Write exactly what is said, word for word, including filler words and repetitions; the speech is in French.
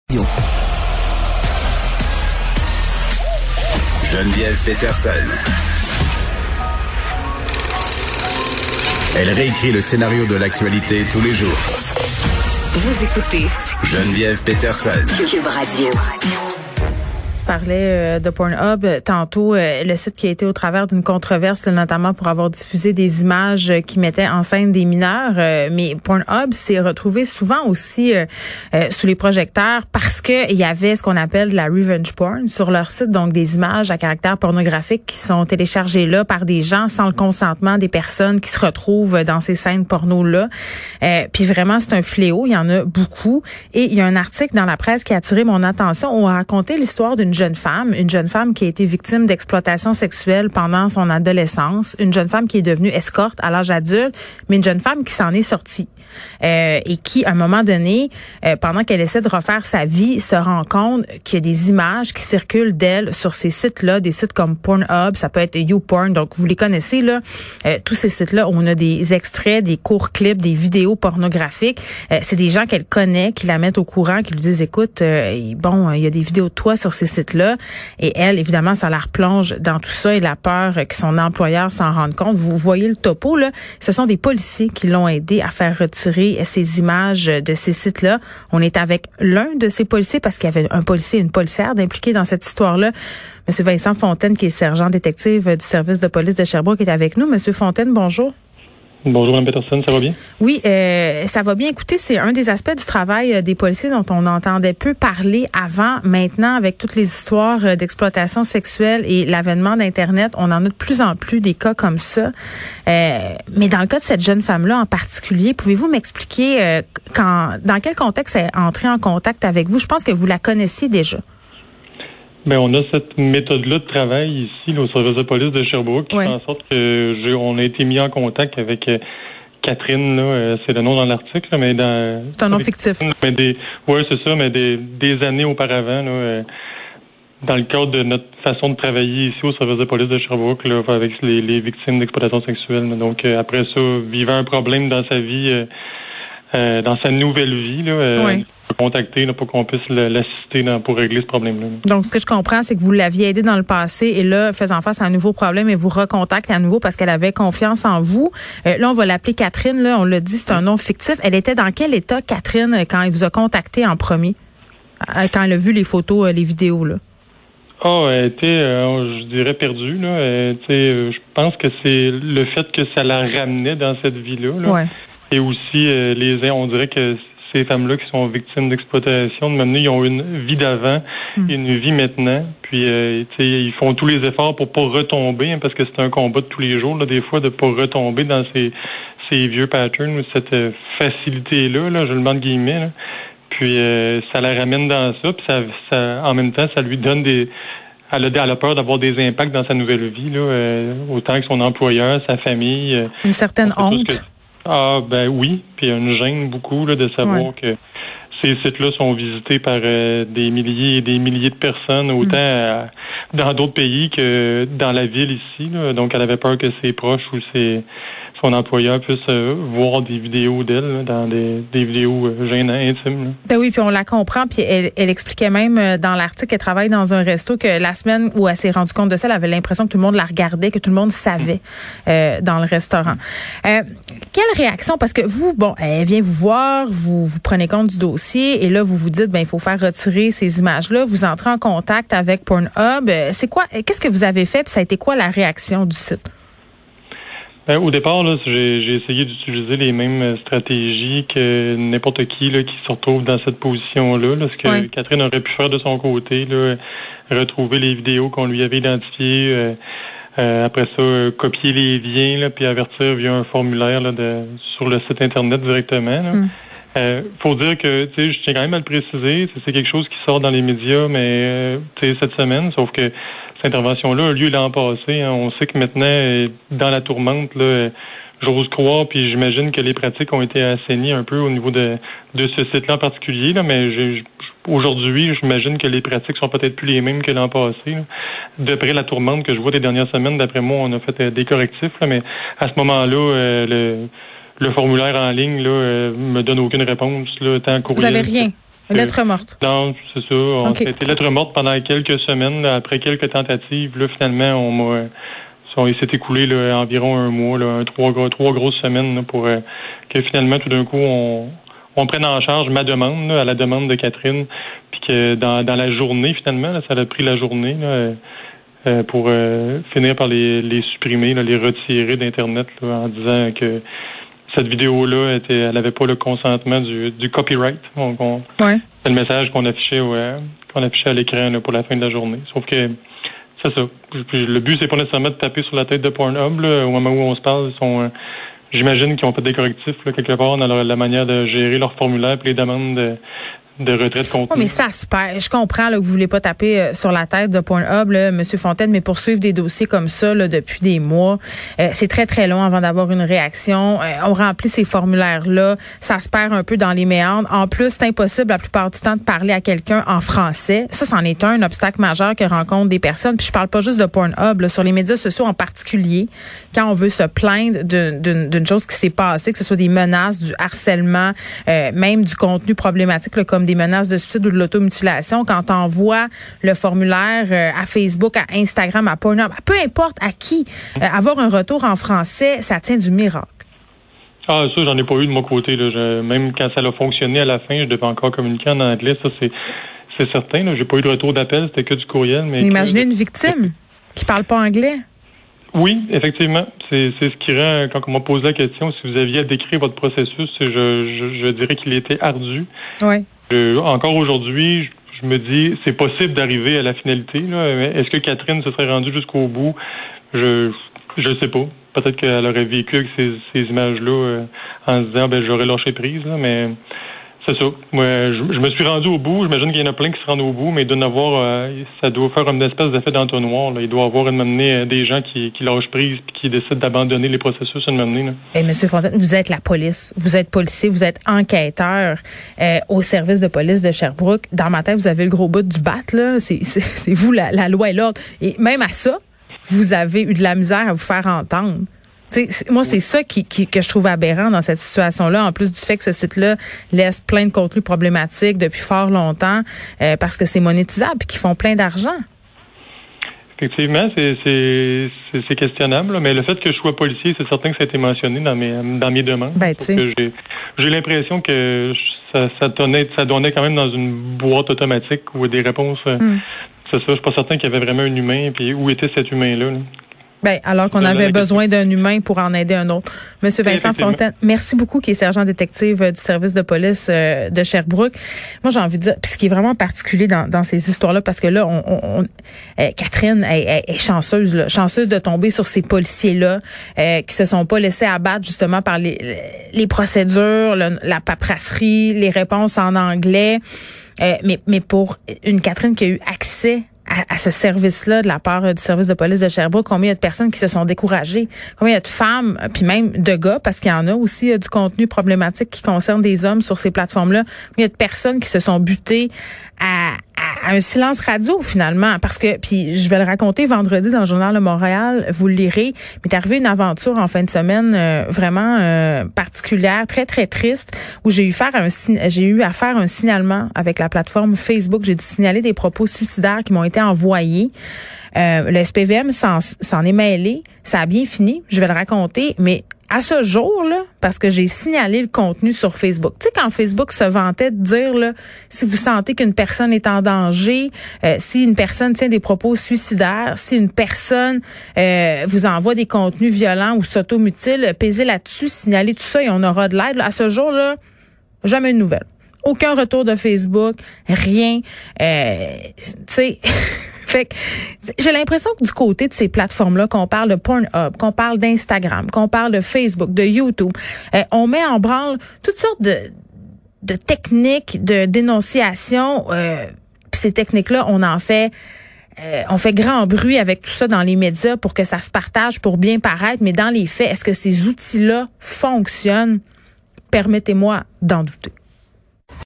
Geneviève Peterson. Elle réécrit le scénario de l'actualité tous les jours. Vous écoutez Geneviève Peterson. Cube Radio. Parlait de Pornhub tantôt, le site qui a été au travers d'une controverse, notamment pour avoir diffusé des images qui mettaient en scène des mineurs. Mais Pornhub s'est retrouvé souvent aussi euh, sous les projecteurs parce que il y avait ce qu'on appelle de la revenge porn sur leur site, donc des images à caractère pornographique qui sont téléchargées là par des gens sans le consentement des personnes qui se retrouvent dans ces scènes porno-là. Euh, puis vraiment, c'est un fléau. Il y en a beaucoup. Et il y a un article dans la presse qui a attiré mon attention. On a raconté l'histoire d'une jeune femme, une jeune femme qui a été victime d'exploitation sexuelle pendant son adolescence, une jeune femme qui est devenue escorte à l'âge adulte, mais une jeune femme qui s'en est sortie euh, et qui, à un moment donné, euh, pendant qu'elle essaie de refaire sa vie, se rend compte qu'il y a des images qui circulent d'elle sur ces sites-là, des sites comme Pornhub, ça peut être YouPorn, donc vous les connaissez, là, euh, tous ces sites-là où on a des extraits, des courts clips, des vidéos pornographiques. Euh, c'est des gens qu'elle connaît, qui la mettent au courant, qui lui disent, écoute, euh, bon, il y a des vidéos de toi sur ces sites là et elle, évidemment, ça la replonge dans tout ça et la peur que son employeur s'en rende compte. Vous voyez le topo, là. Ce sont des policiers qui l'ont aidé à faire retirer ces images de ces sites-là. On est avec l'un de ces policiers parce qu'il y avait un policier et une policière d'impliqués dans cette histoire-là. Monsieur Vincent Fontaine, qui est sergent détective du service de police de Sherbrooke, est avec nous. Monsieur Fontaine, bonjour. Bonjour, Mme Peterson, ça va bien? Oui, euh, ça va bien. Écoutez, c'est un des aspects du travail des policiers dont on entendait peu parler avant. Maintenant, avec toutes les histoires d'exploitation sexuelle et l'avènement d'Internet, on en a de plus en plus des cas comme ça. Euh, mais dans le cas de cette jeune femme-là en particulier, pouvez-vous m'expliquer euh, quand, dans quel contexte elle est entrée en contact avec vous? Je pense que vous la connaissiez déjà. Ben, on a cette méthode-là de travail ici, là, au service de police de Sherbrooke, qui ouais. fait en sorte que j'ai, on a été mis en contact avec euh, Catherine, là, euh, c'est le nom dans l'article, là, mais dans... C'est un nom fictif. Mais des, ouais, c'est ça, mais des, des années auparavant, là, euh, dans le cadre de notre façon de travailler ici au service de police de Sherbrooke, là, avec les, les victimes d'exploitation sexuelle. Là. Donc, euh, après ça, vivant un problème dans sa vie, euh, euh, dans sa nouvelle vie, là, euh, ouais. contacter là, pour qu'on puisse l'assister dans, pour régler ce problème-là. Donc, ce que je comprends, c'est que vous l'aviez aidé dans le passé et là, faisant face à un nouveau problème, et vous recontactez à nouveau parce qu'elle avait confiance en vous. Euh, là, on va l'appeler Catherine. Là, on l'a dit, c'est un nom fictif. Elle était dans quel état, Catherine, quand elle vous a contacté en premier, quand elle a vu les photos, les vidéos, là? Oh, elle était, euh, je dirais, perdue. Là. Euh, euh, je pense que c'est le fait que ça la ramenait dans cette vie-là. Là. Ouais. Et aussi, euh, les, on dirait que ces femmes-là qui sont victimes d'exploitation, de maintenant, ils ont une vie d'avant mm. et une vie maintenant. Puis, euh, tu sais, ils font tous les efforts pour pas retomber, hein, parce que c'est un combat de tous les jours, là, des fois, de pas retomber dans ces, ces vieux patterns ou cette euh, facilité-là, là, je le mets entre guillemets. Là. Puis, euh, ça la ramène dans ça, puis ça, ça, en même temps, ça lui donne des... Elle a, elle a peur d'avoir des impacts dans sa nouvelle vie, là, euh, autant que son employeur, sa famille. Euh, une certaine honte. Que, ah, ben oui, puis il y a une gêne beaucoup là, de savoir ouais. que ces sites-là sont visités par euh, des milliers et des milliers de personnes, autant mmh. à, dans d'autres pays que dans la ville ici. Là. Donc, elle avait peur que ses proches ou ses... son employeur puisse euh, voir des vidéos d'elle là, dans des, des vidéos euh, gênantes, intimes. Là. Ben oui, puis on la comprend. Puis elle, elle expliquait même euh, dans l'article qu'elle travaille dans un resto que la semaine où elle s'est rendue compte de ça, elle avait l'impression que tout le monde la regardait, que tout le monde savait euh, dans le restaurant. Euh, quelle réaction? Parce que vous, bon, elle vient vous voir, vous, vous prenez compte du dossier et là, vous vous dites, ben il faut faire retirer ces images-là. Vous entrez en contact avec Pornhub. C'est quoi? Qu'est-ce que vous avez fait? Puis ça a été quoi la réaction du site? Au départ, là, j'ai, j'ai essayé d'utiliser les mêmes stratégies que n'importe qui là, qui se retrouve dans cette position-là. Là, ce que ouais. Catherine aurait pu faire de son côté, là, retrouver les vidéos qu'on lui avait identifiées, euh, euh, après ça, euh, copier les liens, là, puis avertir via un formulaire là, de, sur le site Internet directement. Là. Mm. Euh, faut dire que, tu sais, je tiens quand même à le préciser, c'est, c'est quelque chose qui sort dans les médias, mais euh, tu sais, cette semaine, sauf que cette intervention-là a lieu l'an passé. Hein. On sait que maintenant, dans la tourmente, là, j'ose croire, puis j'imagine que les pratiques ont été assainies un peu au niveau de, de ce site-là en particulier, là, mais j'ai, aujourd'hui, j'imagine que les pratiques sont peut-être plus les mêmes que l'an passé. Là. D'après la tourmente que je vois des dernières semaines, d'après moi, on a fait euh, des correctifs, là, mais à ce moment-là, euh, le, le formulaire en ligne là, euh, me donne aucune réponse. Là, tant courriel. Vous avez rien? Lettre morte. Non, c'est ça. On okay. a été lettre morte pendant quelques semaines. Là, après quelques tentatives, là, finalement, on m'a, on, il s'est écoulé là, environ un mois, là, un, trois, trois grosses semaines là, pour euh, que finalement, tout d'un coup, on, on prenne en charge ma demande, là, à la demande de Catherine, puis que dans, dans la journée, finalement, là, ça a pris la journée là, euh, pour euh, finir par les, les supprimer, là, les retirer d'Internet là, en disant que cette vidéo-là, était, elle n'avait pas le consentement du, du copyright. Donc, on, ouais. c'est le message qu'on affichait, ouais, qu'on affichait à l'écran là, pour la fin de la journée. Sauf que c'est ça. Le but, c'est pas nécessairement de taper sur la tête de Pornhub. Là, au moment où on se parle, ils sont, euh, j'imagine qu'ils ont fait des correctifs là, quelque part dans leur, la manière de gérer leurs formulaires et les demandes de, de retrait de contenu. Oh, mais ça se perd. Je comprends là, que vous voulez pas taper euh, sur la tête de Pornhub, là, M. Fontaine, mais poursuivre des dossiers comme ça là, depuis des mois, euh, c'est très, très long avant d'avoir une réaction. Euh, on remplit ces formulaires-là, ça se perd un peu dans les méandres. En plus, c'est impossible la plupart du temps de parler à quelqu'un en français. Ça, c'en est un, un obstacle majeur que rencontrent des personnes. Puis je parle pas juste de Pornhub, là, sur les médias sociaux en particulier, quand on veut se plaindre d'une, d'une, d'une chose qui s'est passée, que ce soit des menaces, du harcèlement, euh, même du contenu problématique, là, comme des menaces de suicide ou de l'automutilation, quand on voit le formulaire euh, à Facebook, à Instagram, à Pornhub, peu importe à qui, euh, avoir un retour en français, ça tient du miracle. Ah, ça, j'en ai pas eu de mon côté. Là. Je, même quand ça a fonctionné à la fin, je devais encore communiquer en anglais. Ça, c'est, c'est certain. Là. J'ai pas eu de retour d'appel, c'était que du courriel. Mais imaginez que... une victime qui parle pas anglais. Oui, effectivement. C'est, c'est ce qui rend, quand on m'a posé la question, si vous aviez à décrire votre processus, je, je, je dirais qu'il était ardu. Oui. Euh, encore aujourd'hui, je, je me dis, c'est possible d'arriver à la finalité. Là. Est-ce que Catherine se serait rendue jusqu'au bout? Je je sais pas. Peut-être qu'elle aurait vécu avec ces, ces images-là euh, en se disant, ben j'aurais lâché prise. Là, mais c'est ça. Moi, je, je me suis rendu au bout. J'imagine qu'il y en a plein qui se rendent au bout, mais il doit en avoir, euh, ça doit faire une espèce d'effet d'entonnoir. Là. Il doit y avoir une moment des gens qui, qui lâchent prise et qui décident d'abandonner les processus une moment. Eh, Monsieur Fontaine, vous êtes la police. Vous êtes policier, vous êtes enquêteur euh, au service de police de Sherbrooke. Dans ma tête, vous avez le gros bout du bat, là. C'est, c'est, c'est vous, la, la loi et l'ordre. Et même à ça, vous avez eu de la misère à vous faire entendre. T'sais, moi, c'est ça qui, qui, que je trouve aberrant dans cette situation-là, en plus du fait que ce site-là laisse plein de contenus problématiques depuis fort longtemps, euh, parce que c'est monétisable et qu'ils font plein d'argent. Effectivement, c'est, c'est, c'est, c'est questionnable, là, mais le fait que je sois policier, c'est certain que ça a été mentionné dans mes, dans mes demandes. Ben, tu sais. J'ai, j'ai l'impression que ça, ça, donnait, ça donnait quand même dans une boîte automatique ou des réponses. Mm. C'est ça, je suis pas certain qu'il y avait vraiment un humain, puis où était cet humain-là, là. Ben, alors qu'on avait besoin d'un humain pour en aider un autre. Monsieur Vincent Fontaine, merci beaucoup, qui est sergent détective du service de police euh, de Sherbrooke. Moi, j'ai envie de dire, puis ce qui est vraiment particulier dans, dans ces histoires-là, parce que là, on, on, on euh, Catherine est, est, est chanceuse, là, chanceuse de tomber sur ces policiers-là euh, qui se sont pas laissés abattre justement par les, les procédures, le, la paperasserie, les réponses en anglais. Euh, mais, mais pour une Catherine qui a eu accès À, à ce service-là de la part euh, du service de police de Sherbrooke, combien il y a de personnes qui se sont découragées, combien il y a de femmes, puis même de gars, parce qu'il y en a aussi euh, du contenu problématique qui concerne des hommes sur ces plateformes-là, combien il y a de personnes qui se sont butées à, à, à un silence radio finalement, parce que, puis je vais le raconter vendredi dans le Journal de Montréal, vous le lirez, mais est arrivé une aventure en fin de semaine euh, vraiment euh, particulière, très très triste, où j'ai eu faire un j'ai eu à faire un signalement avec la plateforme Facebook. J'ai dû signaler des propos suicidaires qui m'ont été envoyés. Euh, le S P V M s'en, s'en est mêlé. Ça a bien fini. Je vais le raconter, mais à ce jour-là, parce que j'ai signalé le contenu sur Facebook. Tu sais, quand Facebook se vantait de dire, là, si vous sentez qu'une personne est en danger, euh, si une personne tient des propos suicidaires, si une personne euh, vous envoie des contenus violents ou s'automutile, pesez là-dessus, signalez tout ça et on aura de l'aide. Là, à ce jour-là, jamais de nouvelles. Aucun retour de Facebook, rien. Euh, tu sais... Fait que j'ai l'impression que du côté de ces plateformes-là, qu'on parle de Pornhub, qu'on parle d'Instagram, qu'on parle de Facebook, de YouTube, euh, on met en branle toutes sortes de, de techniques de dénonciation. Euh, puis ces techniques-là, on en fait... Euh, on fait grand bruit avec tout ça dans les médias pour que ça se partage, pour bien paraître. Mais dans les faits, est-ce que ces outils-là fonctionnent? Permettez-moi d'en douter.